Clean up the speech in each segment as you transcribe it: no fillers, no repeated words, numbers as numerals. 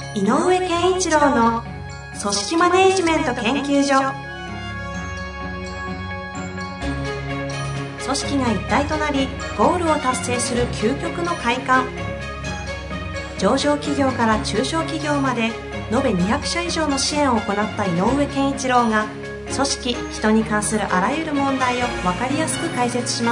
井上健一郎の組織マネジメント研究所。組織が一体となりゴールを達成する究極の快感。上場企業から中小企業まで延べ200社以上の支援を行った井上健一郎が、組織・人に関するあらゆる問題を分かりやすく解説します。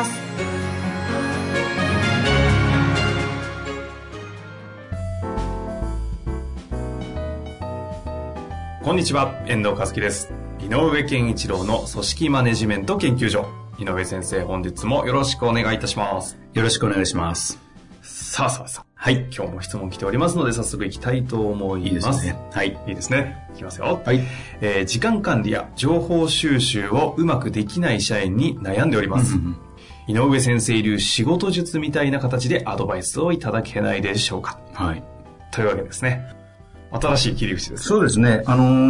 こんにちは、遠藤和樹です。井上健一郎の組織マネジメント研究所。井上先生、本日もよろしくお願いいたします。 よろしくお願いします。 さあ。はい、今日も質問来ておりますので、早速いきたいと思います。 いいですね。 はい、いいですね。いきますよ。 はい。 時間管理や情報収集をうまくできない社員に悩んでおります。井上先生流仕事術みたいな形でアドバイスをいただけないでしょうか。 はい。 というわけですね。新しい切り口です。 そうですね。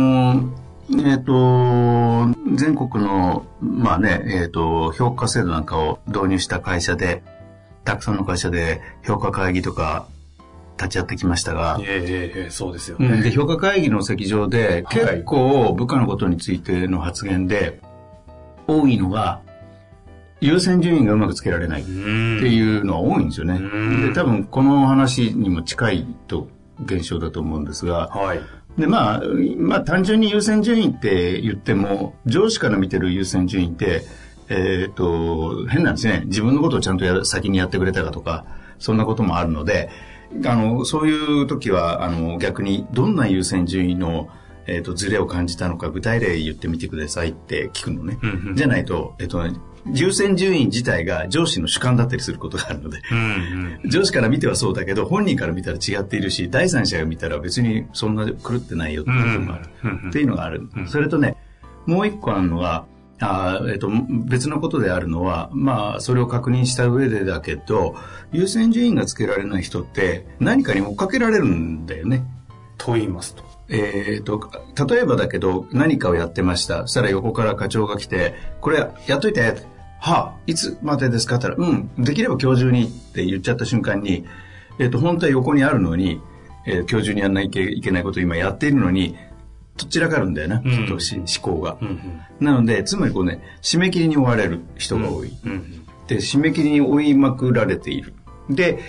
全国の、評価制度なんかを導入した会社で、たくさんの会社で評価会議とか立ち会ってきましたが、 そうですよね。 で、評価会議の席上で、結構部下のことについての発言で、多いのが、優先順位がうまくつけられないっていうのは多いんですよね。で、多分この話にも近い現象だと思うんですが、 はい。 で、単純に優先順位って言っても、上司から見てる優先順位って、変なんですね。自分のことをちゃんと先にやってくれたかとか、そんなこともあるので、そういう時は、逆にどんな優先順位の、ズレを感じたのか具体例言ってみてくださいって聞くのね。じゃないと、優先順位自体が上司の主観だったりすることがあるので、上司から見てはそうだけど、本人から見たら違っているし、第三者が見たら別にそんな狂ってないよっていうこともある。っていうのがある。それとね、もう一個あるのが、別のことであるのは、それを確認した上でだけど、優先順位がつけられない人って何かに追っかけられるんだよね。 と言いますと。 例えばだけど、何かをやってました。そしたら横から課長が来て、これやっといて。いつまでですかって言ったら、できれば今日中にって言っちゃった瞬間に、本当は横にあるのに、今日中にやんないといけないことを今やっているのに、どちらかるんだよな、思考が。なので、つまり締め切りに追われる人が多い。で、締め切りに追いまくられている。で、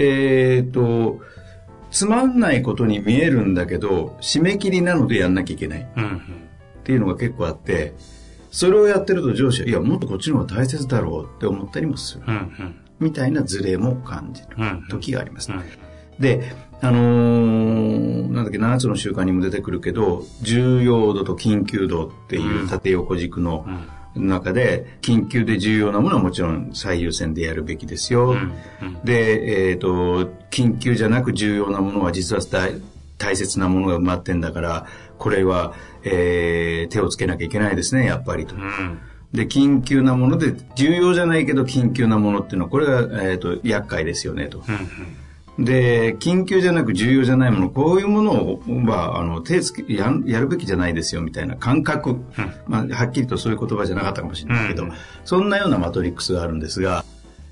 つまんないことに見えるんだけど、締め切りなのでやんなきゃいけない。っていうのが結構あって、それをやってると上司は、いや、もっとこっちの方が大切だろうって思ったりもする。みたいなズレも感じる時があります。で、7つの習慣にも出てくるけど、重要度と緊急度っていう縦横軸の中で、緊急で重要なものはもちろん最優先でやるべきですよ。で、緊急じゃなく重要なものは実は大切なものが埋まってんだから、これは、手をつけなきゃいけないですね、やっぱりと。で、緊急なもので、重要じゃないけど緊急なものっていうのは、これが、厄介ですよね、と。で、緊急じゃなく重要じゃないもの、こういうものを、やるべきじゃないですよ、みたいな感覚。はっきりとそういう言葉じゃなかったかもしれないけど、そんなようなマトリックスがあるんですが、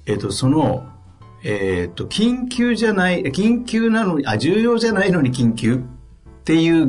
緊急じゃない、緊急なのに、重要じゃないのに緊急っていう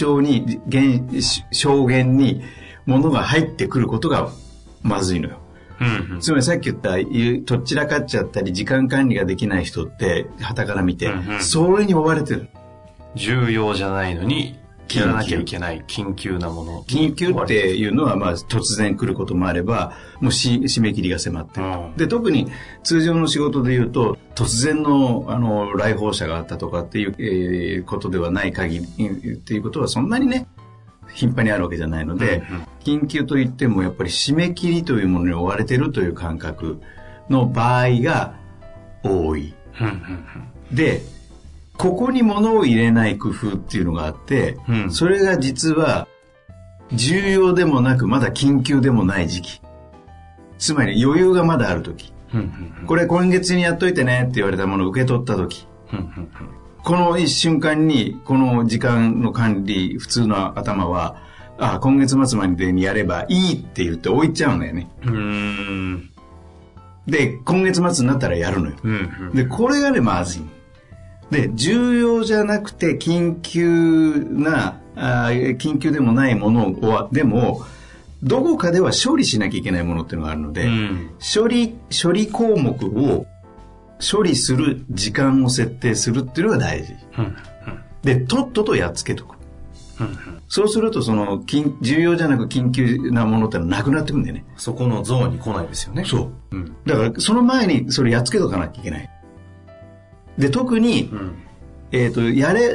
証言に物が入ってくることがまずいのよ。つまりさっき言ったとっちらかっちゃったり時間管理ができない人って傍から見て、それに追われてる。 重要じゃないのにやらなきゃいけない緊急なもの。 緊急っていうのは突然来ることもあれば、もう締め切りが迫ってる。で、特に通常の仕事で言うと、突然の来訪者があったとかっていう、ことではない限りっていうことはそんなにね、頻繁にあるわけじゃないので、緊急といってもやっぱり締め切りというものに追われているという感覚の場合が多い。で、ここに物を入れない工夫っていうのがあって、それが実は重要でもなくまだ緊急でもない時期。つまり余裕がまだある時。これ今月にやっといてねって言われたものを受け取った時。この一瞬間にこの時間の管理、普通の頭は、今月末までにやればいいって言って置いちゃうんだよね。で、今月末になったらやるのよ。で、これがね、まずい。 で、重要じゃなくて緊急でもないものは、でも、どこかでは処理しなきゃいけないものっていうのがあるので、処理項目を処理する時間を設定するっていうのが大事。で、とっととやっつけとく。そうすると、重要じゃなく緊急なものってのはなくなってくるんだよね。 そこのゾーンに来ないですよね。 そう。だから、その前にそれやっつけとかなきゃいけない。で、特に、これって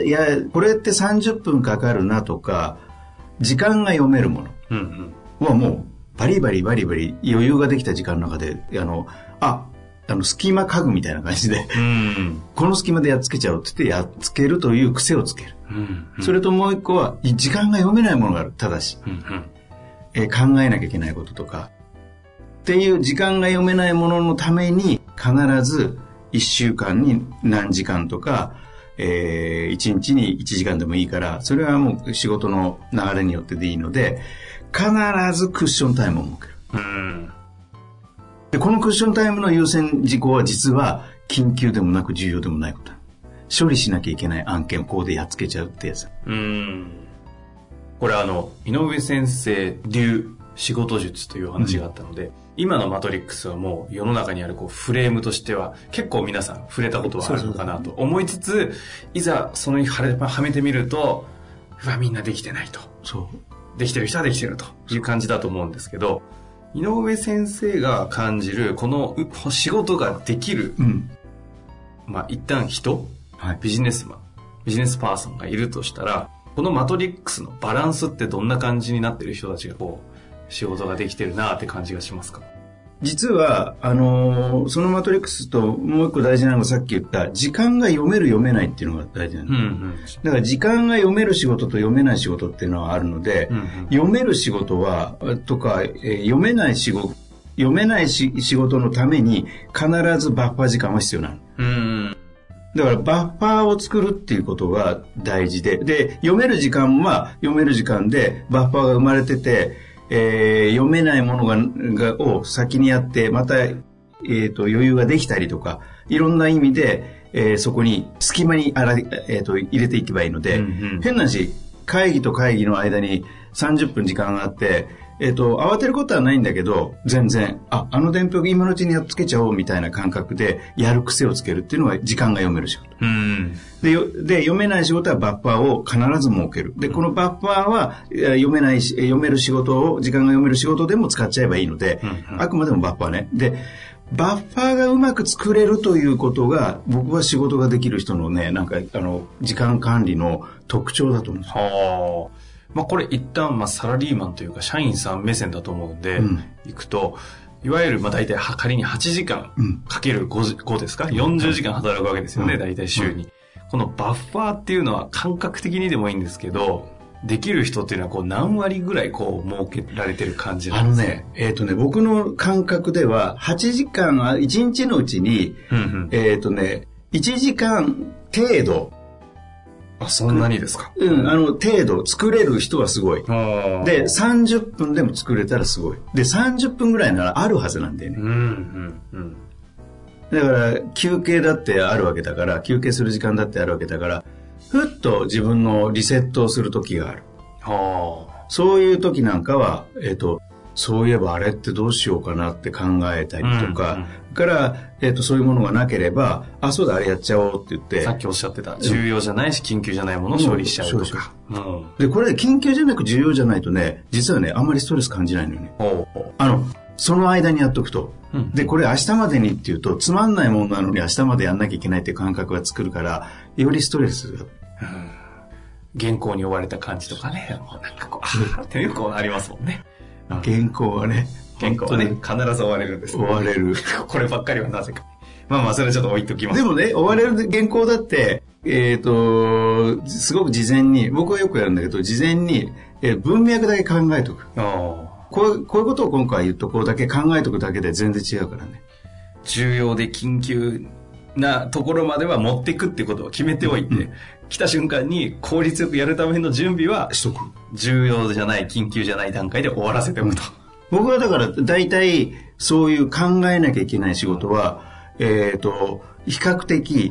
30分かかるなとか、時間が読めるものはもう、バリバリ余裕ができた時間の中で、隙間家具みたいな感じで、この隙間でやっつけちゃおうって言ってやっつけるという癖をつける。それともう一個は、時間が読めないものがある。ただし、考えなきゃいけないこととか、っていう時間が読めないもののために、必ず1週間に何時間とか、1日に1時間でもいいから、それはもう仕事の流れによってでいいので、必ずクッションタイムを設ける。で、このクッションタイムの優先事項は実は緊急でもなく重要でもないことだ。処理しなきゃいけない案件をここでやっつけちゃうってやつ。 これ井上先生流仕事術という話があったので、今のマトリックスはもう世の中にあるフレームとしては結構皆さん触れたことはあるのかなと思いつつ、いざそのにはめてみると、みんなできてないと。できてる人はできてるという感じだと思うんですけど、井上先生が感じるこの仕事ができる、一旦ビジネスマン、ビジネスパーソンがいるとしたら、このマトリックスのバランスってどんな感じになってる人たちが仕事ができてるなって感じがしますか？ 実は、そのマトリックスともう一個大事なのがさっき言った時間が読める読めないっていうのが大事なんです。だから時間が読める仕事と読めない仕事っていうのはあるので、読める仕事は、読めない仕事のために必ずバッファー時間は必要なの。だからバッファーを作るっていうことが大事で、読める時間は読める時間でバッファーが生まれてて、読めないものを先にやって、また、余裕ができたりとか、いろんな意味で、そこに隙間に入れていけばいいので、変な話、会議と会議の間に30分時間があって、慌てることはないんだけど、全然、伝票今のうちにやっつけちゃおうみたいな感覚でやる癖をつけるっていうのが時間が読める仕事。で、読めない仕事はバッファーを必ず設ける。で、このバッファーは読める仕事を、時間が読める仕事でも使っちゃえばいいので、あくまでもバッファーね。で、バッファーがうまく作れるということが、僕は仕事ができる人のね、時間管理の特徴だと思うんですよ。 これ一旦サラリーマンというか社員さん目線だと思うんで、いくと、いわゆる大体仮に8時間かける 5ですか、40時間働くわけですよね、大体週に。このバッファーっていうのは感覚的にでもいいんですけど、できる人っていうのは何割ぐらい設けられてる感じなんですか？ 僕の感覚では8時間、1日のうちに、1時間程度、 そんなにですか？ 程度作れる人はすごい。で、30分でも作れたらすごい。で、30分ぐらいならあるはずなんだよね。だから、休憩だってあるわけだから、休憩する時間だってあるわけだから、ふっと自分のリセットをする時がある。そういう時なんかは、そういえばあれってどうしようかなって考えたりとか、から、そういうものがなければ、そうだ、あれやっちゃおうって言って。 さっきおっしゃってた、重要じゃないし、緊急じゃないものを処理しちゃうとか。 で、これ、緊急じゃなく重要じゃないとね、実はね、あんまりストレス感じないのよね。その間にやっとくと。で、これ明日までにっていうと、つまんないものなのに明日までやんなきゃいけないっていう感覚が作るから、よりストレスが。 原稿に追われた感じとかね、ってよくありますもんね。 原稿はね、 必ず追われるんです、 追われる。 こればっかりはなぜか。それはちょっと置いときます。 でもね、追われる原稿だって、すごく事前に、僕はよくやるんだけど、事前に、文脈だけ考えとく。こういうことを今回言っとこうだけ考えとくだけで全然違うからね。 重要で緊急なところまでは持っていくってことを決めておいて、来た瞬間に効率よくやるための準備はしとく。 重要じゃない、緊急じゃない段階で終わらせておくと。 僕はだから大体そういう考えなきゃいけない仕事は、比較的、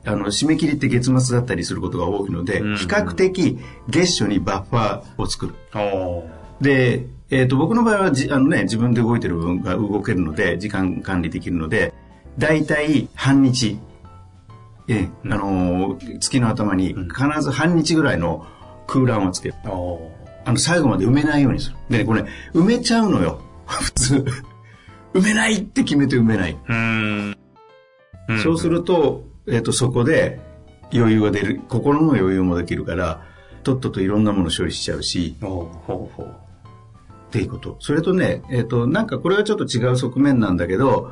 締め切りって月末だったりすることが多いので、比較的月初にバッファーを作る。で、僕の場合は自分で動いてる部分が動けるので、時間管理できるので、だいたい半日、月の頭に必ず半日ぐらいの空欄をつける。最後まで埋めないようにする。でね、これ、埋めちゃうのよ。普通。埋めないって決めて埋めない。そうすると、そこで余裕が出る、心の余裕もできるから、とっとといろんなもの処理しちゃうし、っていうこと。それとね、なんかこれはちょっと違う側面なんだけど、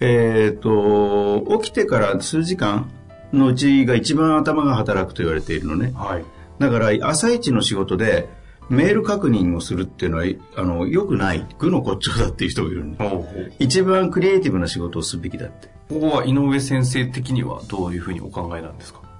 起きてから数時間のうちが一番頭が働くと言われているのね。はい。だから、朝一の仕事で、メール確認をするっていうのは、良くない、愚の骨頂だっていう人がいるんで、一番クリエイティブな仕事をするべきだって。 ここは井上先生的にはどういうふうにお考えなんですか？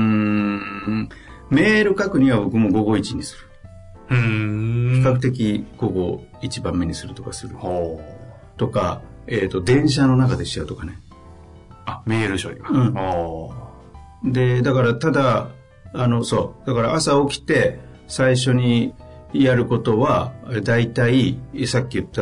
メール確認は僕も午後1にする。比較的午後1番目にするとかする。とか、電車の中でしちゃうとかね。 メール処理が。 で、だからただ、そう。だから朝起きて、最初にやることは、だいたい、さっき言った、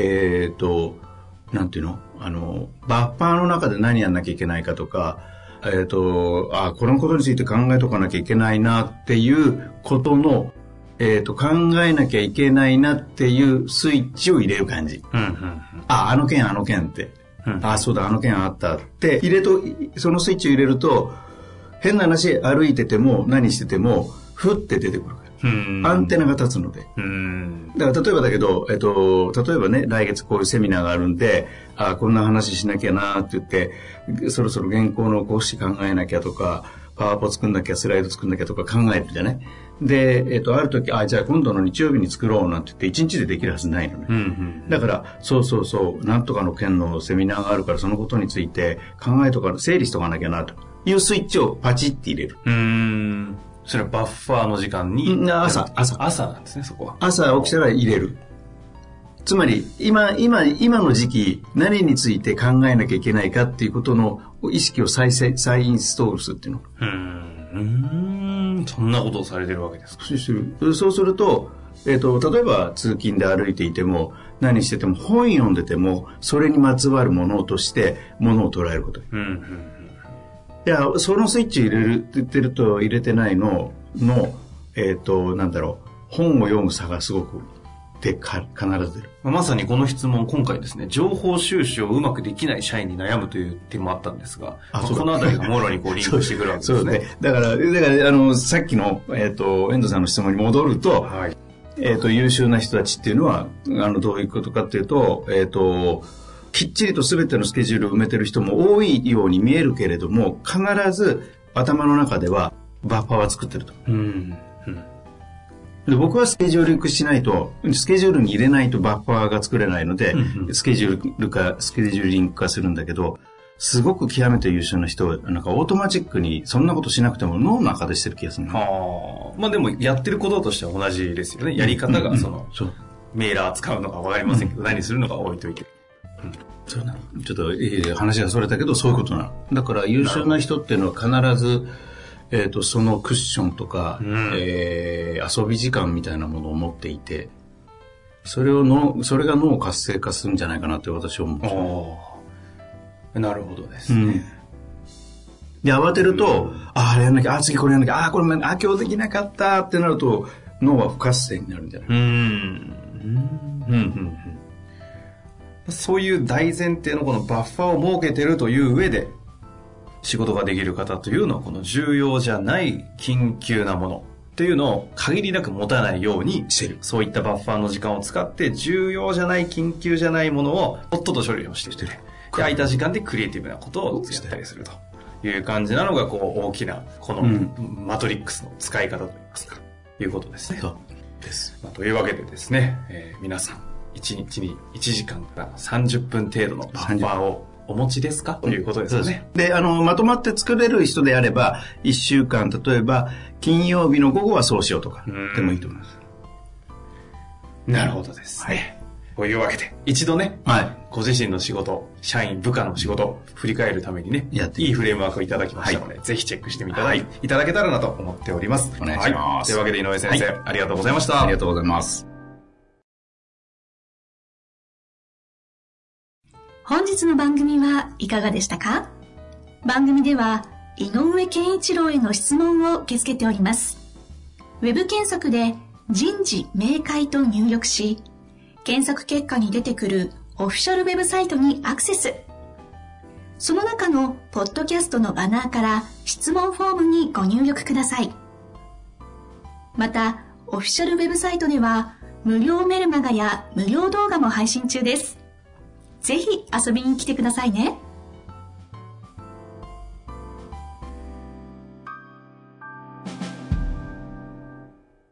なんていうの？バッファーの中で何やんなきゃいけないかとか、このことについて考えとかなきゃいけないなっていうことの、考えなきゃいけないなっていうスイッチを入れる感じ。あの件って。そうだ、あの件あったってそのスイッチを入れると、変な話、歩いてても何してても、ふって出てくるから。アンテナが立つので。だから例えばだけど、例えばね、来月こういうセミナーがあるんで、こんな話しなきゃなって言って、そろそろ原稿の講師考えなきゃとか、パワポ作んなきゃ、スライド作んなきゃとか考えるじゃない。で、ある時、じゃあ今度の日曜日に作ろうなんて言って、1日でできるはずないのね。だから、そう、なんとかの件のセミナーがあるから、そのことについて考えとか、整理しとかなきゃな、というスイッチをパチって入れる。 それはバッファーの時間に朝なんですね、そこは。 朝起きたら入れる。つまり今の時期何について考えなきゃいけないかっていうことの意識を再インストールするっていうの。そんなことをされてるわけですか？ そうすると、例えば通勤で歩いていても何してても本読んでてもそれにまつわるものとしてものを捉えること。いや、そのスイッチ入れるって言ってると入れてないの、なんだろう、本を読む差がすごく必ず出る。 まさにこの質問、今回ですね、情報収集をうまくできない社員に悩むという点もあったんですが、このあたりがもろにリンクしてくるわけですね。 そうね。だからさっきの、遠藤さんの質問に戻ると、はい、優秀な人たちっていうのは、どういうことかっていうと、きっちりと全てのスケジュールを埋めてる人も多いように見えるけれども、必ず頭の中ではバッファーは作ってると。で、僕はスケジューリングしないと、スケジュールに入れないとバッファーが作れないので、スケジューリング化するんだけど、すごく極めて優秀な人は、なんかオートマチックにそんなことしなくても脳の中でしてる気がする。 まあでもやってることとしては同じですよね。やり方がメーラー使うのかわかりませんけど、何するのか置いといて。 そうなの。ちょっと話がそれたけど、そういうことなの。だから優秀な人っていうのは必ず、そのクッションとか、遊び時間みたいなものを持っていて、それが脳を活性化するんじゃないかなって私は思うんですよ。 なるほどですね。 で、慌てると、あれやんなきゃ、次これやんなきゃ、これ今日できなかったってなると、脳は不活性になるんじゃないかな。 そういう大前提のこのバッファーを設けてるという上で仕事ができる方というのはこの重要じゃない緊急なものっていうのを限りなく持たないようにそういったバッファーの時間を使って重要じゃない緊急じゃないものをとっとと処理をしてで空いた時間でクリエイティブなことをやったりするという感じなのが大きなこのマトリックスの使い方といいますかいうことですね。 そうです。 というわけでですね、皆さん1日に1時間から30分程度のバッファーをお持ちですかということですね。 で、まとまって作れる人であれば、1週間、例えば、金曜日の午後はそうしようとか、でもいいと思います。 なるほどですね。 というわけで、一度ね、ご自身の仕事、社員、部下の仕事、振り返るためにね、いいフレームワークをいただきましたので、ぜひチェックしてみていただけたらなと思っております。 お願いします。 というわけで井上先生、ありがとうございました。 ありがとうございます。 本日の番組はいかがでしたか？番組では井上健一郎への質問を受け付けております。ウェブ検索で人事明快と入力し、検索結果に出てくるオフィシャルウェブサイトにアクセス。その中のポッドキャストのバナーから質問フォームにご入力ください。また、オフィシャルウェブサイトでは無料メルマガや無料動画も配信中です。ぜひ遊びに来てくださいね。